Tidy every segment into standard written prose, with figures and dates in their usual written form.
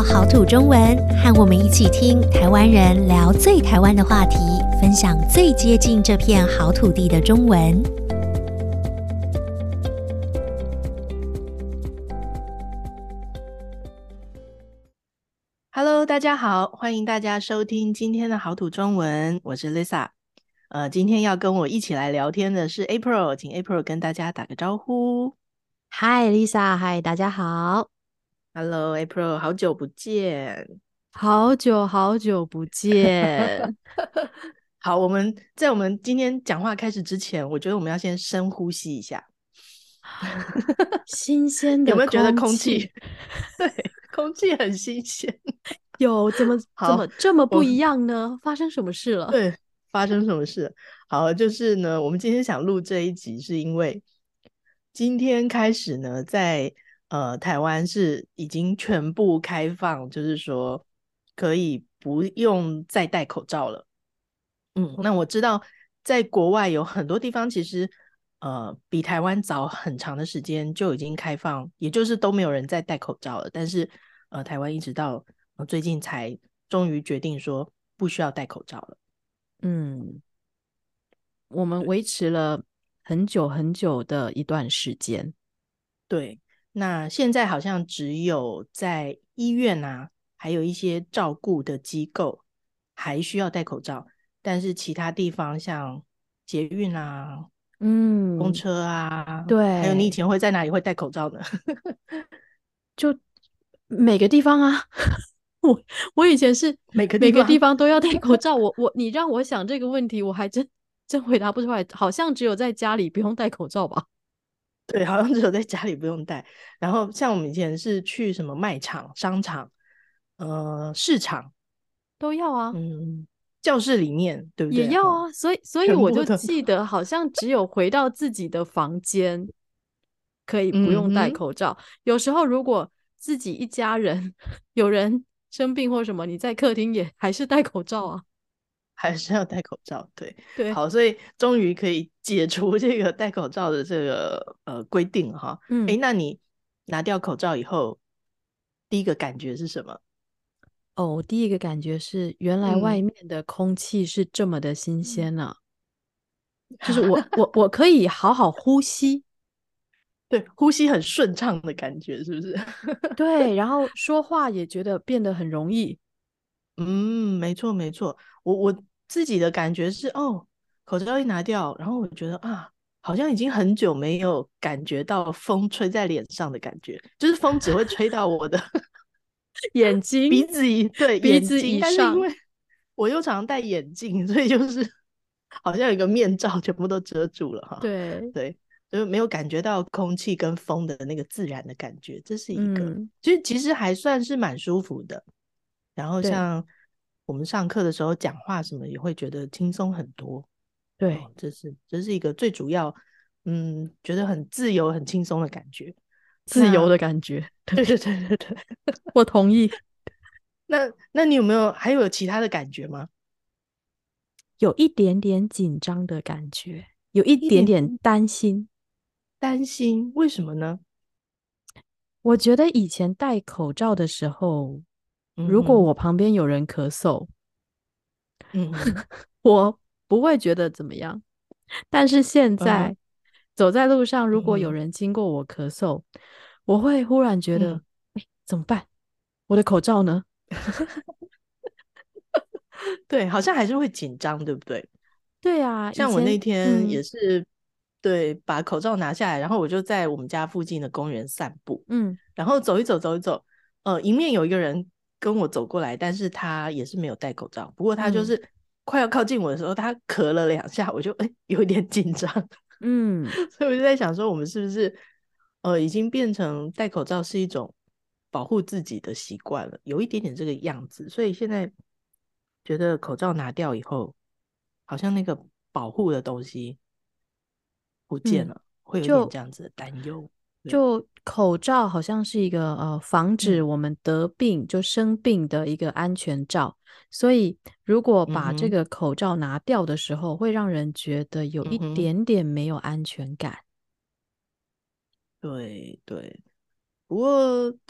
到好土中文，和我们一起听台湾人聊最台湾的话题，分享最接近这片好土地的中文。 Hello，大家好，欢迎大家收听今天的好土中文，我是 Lisa。今天要跟我一起来聊天的是 April，请 April 跟大家打个招呼。 嗨，Lisa，嗨，大家好， Hello，April，好久不见。 好久好久不见。 好，在我们今天讲话开始之前，我觉得我们要先深呼吸一下。 新鲜的有没有觉得空空气， 气？对，空气很新鲜。 有怎么好， 这么不我一样呢？发生什么事了？ 对，发生什么事？好，就是呢，我们今天想录这一集，是因为今天开始呢，在台湾是已经全部开放，就是说可以不用再戴口罩了。那我知道在国外有很多地方其实比台湾早很长的时间就已经开放，也就是都没有人再戴口罩了。但是台湾一直到最近才终于决定说不需要戴口罩了。 嗯，我们对维持了很久很久的一段时间。 对，那现在好像只有在医院啊，还有一些照顾的机构还需要戴口罩，但是其他地方像捷运啊、公嗯， 车啊，还有你以对， 前会在哪里会戴口罩呢？ 就每个地方啊，我我以前是每个每个地地方， 方都要戴口罩。你让我想这个问题，我还真回答不出来。好像只有在家里不用戴口罩吧？ 对，好像只有在家里不用戴。然后像我们以前是去什么卖场、商场、市场， 都要啊。 嗯，教室里面，对不对？哈， 也要啊，所以我就全部都， 记得，好像只有回到自己的房间可以不用戴嗯哼， 口罩。有时候如果自己一家人有人生病或什么，你在客厅也还是戴口罩啊。 还是要戴口罩。对， 对， 好，所以终于可以解除这个戴口罩的这个规定了哈。诶， 嗯， 那你拿掉口罩以后，第一个感觉是什么？ 哦，我第一个感觉是，原来外嗯， 面的空气是这么的新鲜啊，就是我可以好好呼吸。 对，呼吸很顺畅的感觉，是不是？ 对，然后说话也觉得变得很容易。 嗯，没错没错，我自己的感觉是，哦，口罩一拿掉，然后我觉得啊，好像已经很久没有感觉到风吹在脸上的感觉，就是风只会吹到我的眼睛、 鼻子对， 鼻子眼睛， 以上， 但是因为我又常戴眼镜，所以就是好像有一个面罩全部都遮住了哈。 对， 对，就是没有感觉到空气跟风的那个自然的感觉，这是一个， 嗯， 其实还算是蛮舒服的。然后对像我们上课的时候讲话什么也会觉得轻松很多。 对， 哦，这是一个最主要，觉得很自由、很轻松的感觉。 自由那的感觉。对， 对对对对对， 我同意。 那你有没有还有其他的感觉吗？ 有一点点紧张的感觉，有一一点点点担心。 担心，为什么呢？ 我觉得以前戴口罩的时候，如果嗯哼， 我旁边有人咳嗽， 嗯哼， 我不会觉得怎么样。但是现嗯哼， 在走在路上，如果有嗯哼， 人经过我咳嗽，我会忽然觉得， 嗯， 哎，怎么办？我的口罩呢？ 对，好像还是会紧张，对不对？ 对啊，以像我那前， 天也是，对，把口罩拿下来，然后我就在我们家附近的公园散步， 嗯然后走一走，走一走，迎面有一个人跟我走过来，但是他也是没有戴口罩，不过他就嗯是快要靠近我的时候，他咳了2下，我就有一点紧张， 嗯， 所以我就在想说，我们是不是已经变成戴口罩是一种保护自己的习惯了，有一点点这个样子，所以现在觉得口罩拿掉以后，好像那个保护的东西不见嗯， 了，会有一点就这样子的担忧。对， 就口罩好像是一个防止嗯我们得病就生病的一个安全罩，所以如果把这嗯哼， 个口罩拿掉的时候，会让人觉得有一嗯哼， 点点没有安全感。 对对。不过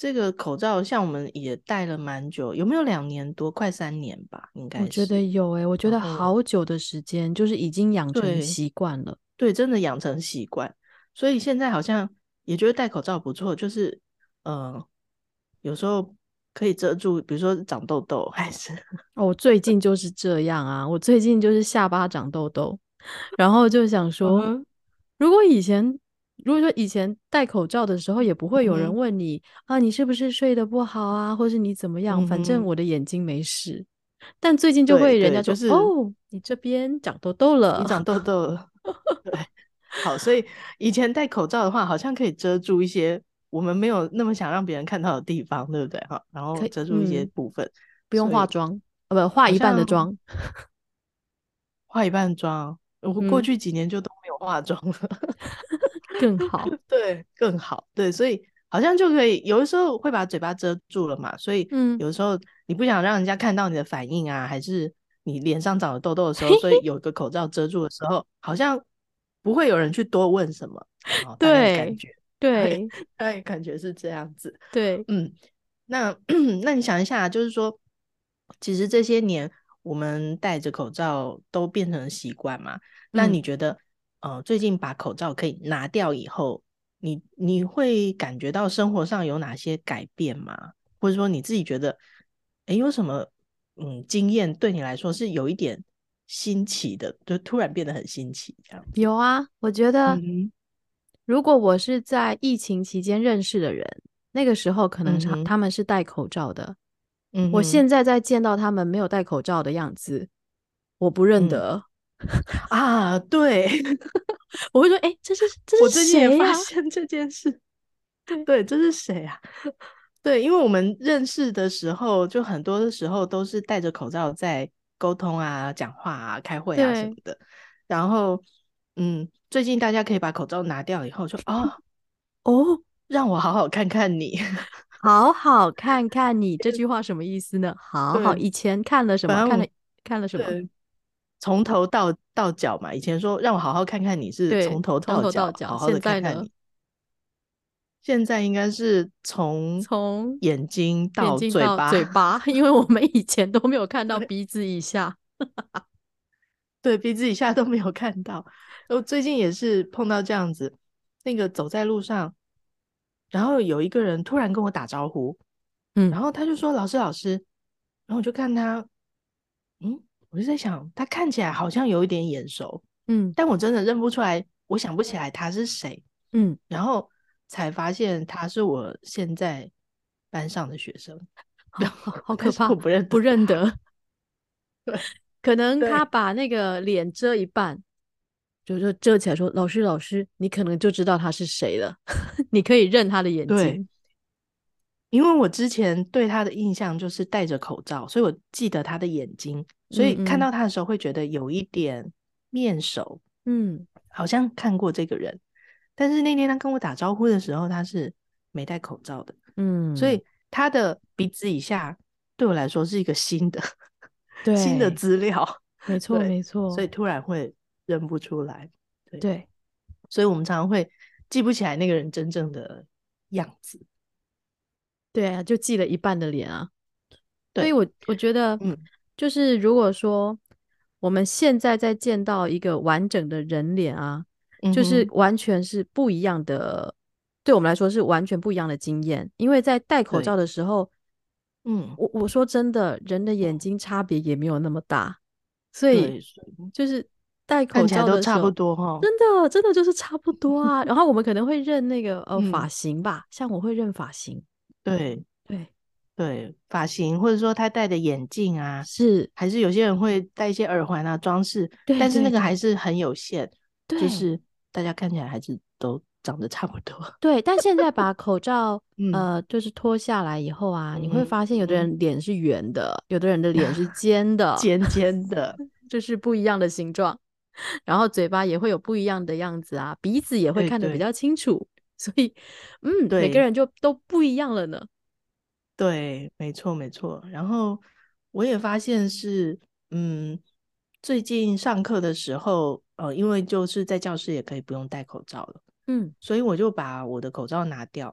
这个口罩像我们也戴了蛮久，有没有2年多，快3年吧？应我觉该是。 得有我觉得然后好久的时间，就是已经养成对习惯了。 对，真的养成习惯，所以现在好像也觉得戴口罩不错，就是呃，有时候可以遮住，比如说长痘痘，还是哦，我最近就是这样啊，我最近就是下巴长痘痘，然后就想说， 嗯哼如果以前如果说以前戴口罩的时候，也不会有人嗯哼问你啊，你是不是睡得不好啊，或是你怎么样，反正嗯哼， 我的眼睛没事。但最近就对对， 会人家说， 就是哦，你这边长痘痘了。 你长痘痘了，对，好，所以以前戴口罩的话，好像可以遮住一些我们没有那么想让别人看到的地方，对不对？哈，然后可以， 遮住一些部分， 不用所以化妆，不，化一半的好像妆。 化一半妆，我过嗯， 去几年就都没有化妆了。 更好。 对，更好，对，所以好像就可以，有的时候会把嘴巴遮住了嘛，所以嗯， 有的时候你不想让人家看到你的反应啊，还是你脸上长了痘痘的时候，所以有一个口罩遮住的时候，好像不会有人去多问什么，哦，大概感对觉，对， 对大概感觉是这样子， 对， 嗯，那那你想一下，就是说，其实这些年我们戴着口罩都变成习惯嘛，那嗯。 你觉得，最近把口罩可以拿掉以后，你会感觉到生活上有哪些改变吗？或者说你自己觉得，诶，有什么经验对你来说是有一点新奇的，就突然变得很新奇这样子？ 有啊，我觉得嗯哼， 如果我是在疫情期间认识的人，那个时候可能是他嗯哼， 他们是戴口罩的，我嗯哼， 现在在见到他们没有戴口罩的样子，我不认嗯得。 啊，对， 我会说，哎，这是我最近也谁呀、 发现这件事。 对对，这是谁啊？对，因为我们认识的时候，就很多的时候都是戴着口罩在沟通啊、讲话啊、开会啊什么对， 的。然后，最近大家可以把口罩拿掉以后就， 哦， 让我好好看看你。 好好看看你这句话什么意思呢？好好， 对， 以前看了什么？ 反正看了什么？ 对，从头到脚嘛。以前说让我好好看看你是从对， 头从到脚， 头到脚。 好好的现在呢， 看看你。现在应该是从从眼睛到眼睛到嘴巴。 嘴巴，因为我们以前都没有看到对。 鼻子以下。 对，鼻子以下都没有看到。我最近也是碰到这样子，那个走在路上，然后有一个人突然跟我打招呼， 嗯然后他就说：“老师，老师。”然后我就看他，我就在想，他看起来好像有一点眼熟， 嗯但我真的认不出来，我想不起来他是谁。 嗯， 然后才发现他是我现在班上的学生，然后好但是可怕，不我不认得他。 认得。 对可能他对把那个脸遮一半，就遮起来说：“老师，老师，你可能就知道他是谁了，你可以认他的眼对， 睛。” 因为我之前对他的印象就是戴着口罩，所以我记得他的眼睛，所以看嗯嗯到他的时候会觉得有一点面熟， 嗯好像看过这个人。但是那天他跟我打招呼的时候，他是没戴口罩的，所嗯， 以他的鼻子以下对我来说是一个新的新的对， 资料， 没错对， 没错， 所以突然会认不出来，对， 对所以我们常常会记不起来那个人真正的样子， 对啊，就记了一半的脸啊。所以对， 我觉得， 嗯就是如果说我们现在在见到一个完整的人脸啊，就是嗯哼， 完全是不一样的，对我们来说是完全不一样的经验。因为在戴口罩对， 的时候， 嗯。 我说真的，人的眼睛差别也没有那么大，所以对，所以就是戴口看起来都差不罩的时候， 多哈。 真的就是差不多啊。然后我们可能会认那个发嗯， 型吧，像我会认发型， 对对， 对，发型或者说他戴的眼镜啊， 是， 还是有些人会戴一些耳环啊装饰， 对但是那个还对对是很有限，就对。 是大家看起来还是都长得差不多。 对，但现在把口罩嗯就是脱下来以后啊，你会嗯发现有的嗯， 人脸是圆的，有的人的脸是尖的， 尖尖的， 就是不一样的形状。然后嘴巴也会有不一样的样子啊，鼻子也会对对看得比较清楚，所以每个对人就都不一样了呢。 对，没错没错。然后我也发现是，嗯，最近上课的时候，因为就是在教室也可以不用戴口罩了。 嗯所以我就把我的口罩拿掉，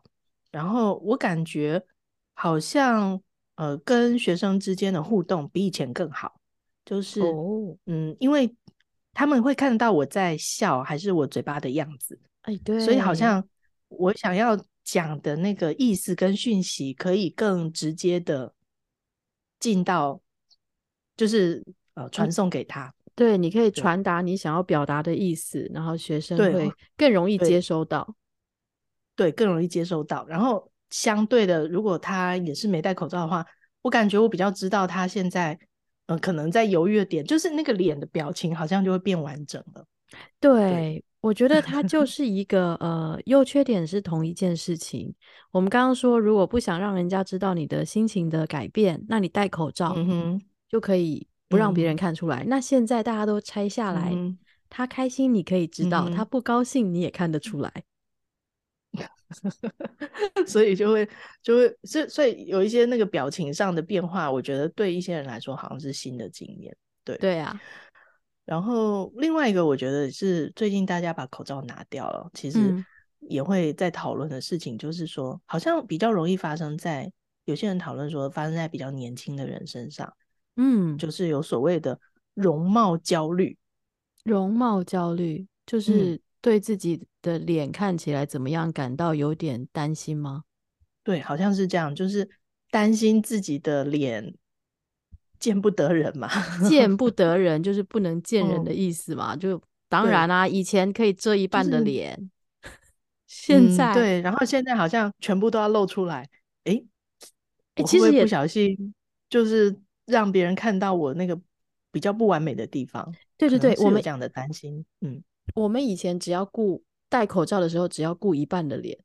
然后我感觉好像跟学生之间的互动比以前更好，就是哦， 因为他们会看到我在笑还是我嘴巴的样子， 哎， 所以好对， 像我想要讲的那个意思跟讯息可以更直接的进到，就是传送给他。 对，你可以对传达你想要表达的意思，然后学生对会更容易接对收到。 对，更容易接受到。然后相对的，如果他也是没戴口罩的话，我感觉我比较知道他现在可能在犹豫的点，就是那个脸的表情好像就会变完整了。对， 对，我觉得它就是一个优缺点是同一件事情。我们刚刚说，如果不想让人家知道你的心情的改变，那你戴口罩嗯哼， 就可以不让别人嗯看出来。那现在大家都拆下来， 嗯哼， 他开心你可以知道，他嗯哼。 不高兴你也看得出来。 所以就会，所以有一些那个表情上的变化，我觉得对一些人来说好像是新的经验。对， 对啊， 然后另外一个我觉得是最近大家把口罩拿掉了，其实嗯也会在讨论的事情，就是说好像比较容易发生在有些人讨论说发生在比较年轻的人身上， 嗯， 就是有所谓的容貌焦虑。 容貌焦虑就嗯， 是对自己的脸看起来怎么样感到有点担心吗？ 对，好像是这样，就是担心自己的脸见不得人嘛。 见不得人就是不能见人的嗯， 意思嘛，就当然对， 啦、以前可以遮一半的就是脸，现在对，然后现在好像全部都要露出来，诶，我会不其实也会不小心就是让别人看到我那个比较不完美的地方？可能对对对， 是有这样的担心。嗯， 我们以前只要顾戴口罩的时候，只要顾一半的脸，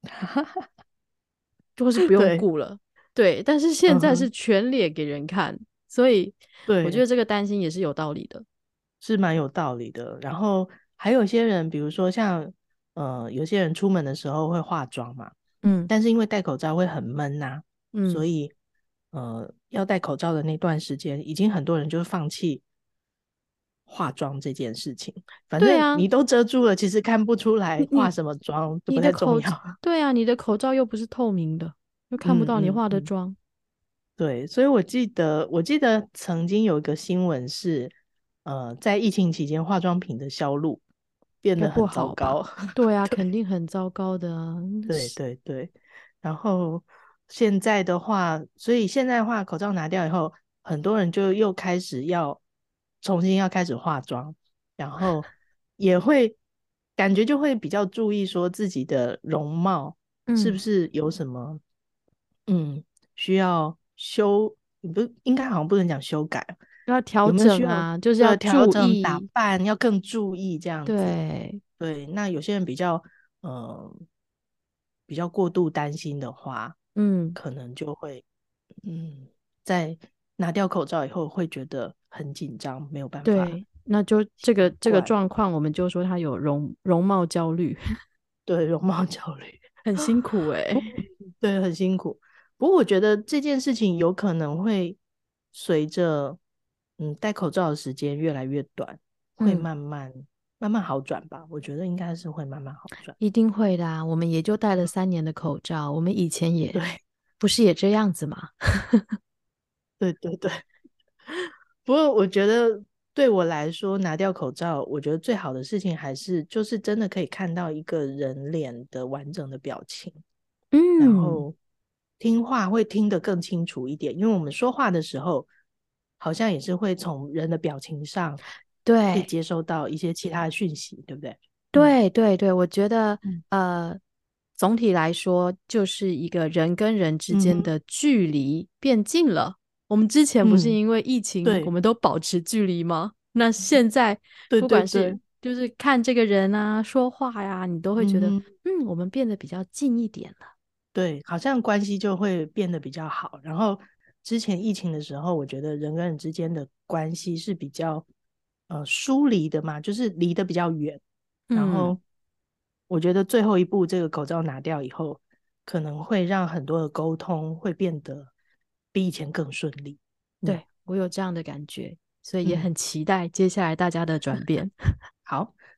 或是不用对， 顾了。对，但是现在是嗯哼， 全脸给人看，所以我觉对， 得这个担心也是有道理的。 是蛮有道理的。然后还有些人，比如说像有些人出门的时候会化妆嘛， 嗯但是因为戴口罩会很闷呐、所嗯， 以要戴口罩的那段时间，已经很多人就放弃化妆这件事情。反对啊， 正你都遮住了，其实看不出来化你你什么妆都不太重你的口， 要。 对啊，你的口罩又不是透明的，又看不嗯到你化的嗯嗯， 妆。 对，所以我记得曾经有一个新闻是，在疫情期间化妆品的销路变该不得很糟好吧？ 糕。 对啊，肯对定很糟糕的啊。 对对对，然后现在的话，所以现在的话，口罩拿掉以后，很多人就又开始要重新要开始化妆，然后也会感觉就会比较注意说自己的容貌是嗯， 不是有什么需要修，不应该好像不能讲修改， 要调有没有需要整啊，就是要对调注整打意。 扮要更注意这样子？ 对， 对，那有些人呃比较过度担心的话， 嗯， 可能就会在拿掉口罩以后会觉得很紧张，没有办法对，那就这个这个习惯， 状况，我们就说他有容貌焦虑， 对容貌焦虑。 很辛苦诶、 对，很辛苦。不过我觉得这件事情有可能会随着戴口罩的时间越来越短，会嗯， 慢慢好转吧。我觉得应该是会慢慢好转。 一定会的啊，我们也就戴了3年的口罩，我们以前也对不是也这样子嘛。 对对对。不过我觉得对我来说，拿掉口罩，我觉得最好的事情还是就是真的可以看到一个人脸的完整的表情，然嗯， 后听话会听得更清楚一点，因为我们说话的时候，好像也是会从人的表情上可以对。 接收到一些其他的讯息，对不对？嗯对对对，我觉得嗯总体来说就是一个人跟人之嗯哼间的距离变近了。我们之前不是嗯， 因为疫情，我对们都保持距离吗？那现在对不管是对对， 就是看这个人啊，说话呀，你都会觉得， 嗯哼。 我们变得比较近一点了。 对，好像关系就会变得比较好。然后之前疫情的时候，我觉得人跟人之间的关系是比较疏离的嘛，就是离得比较远。然嗯， 后我觉得最后一步这个口罩拿掉以后，可能会让很多的沟通会变得比以前更顺利。嗯对，我有这样的感觉，所以也嗯， 很期待接下来大家的转变。 好，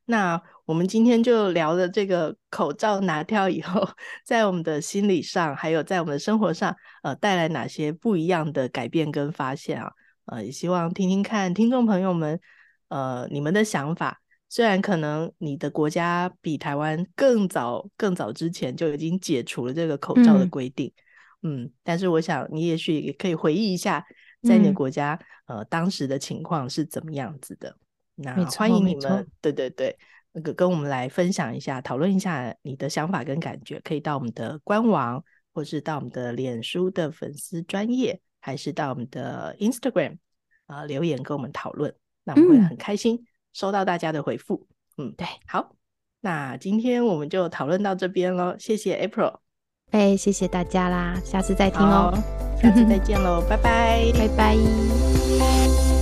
那我们今天就聊了这个口罩拿掉以后，在我们的心理上，还有在我们的生活上，带来哪些不一样的改变跟发现啊？也希望听听看听众朋友们，你们的想法。虽然可能你的国家比台湾更早之前就已经解除了这个口罩的规定，但是我想你也许也可以回忆一下，在你的国家，当时的情况是怎么样子的。那欢迎你们，对，那个跟我们来分享一下，讨论一下你的想法跟感觉，可以到我们的官网，或是到我们的脸书的粉丝专页，还是到我们的 Instagram 留言跟我们讨论。那我们会很开心收到大家的回复。 对， 好，那今天我们就讨论到这边咯，谢谢 April。 谢谢大家啦，下次再听哦。 下次再见咯，拜拜， 拜拜。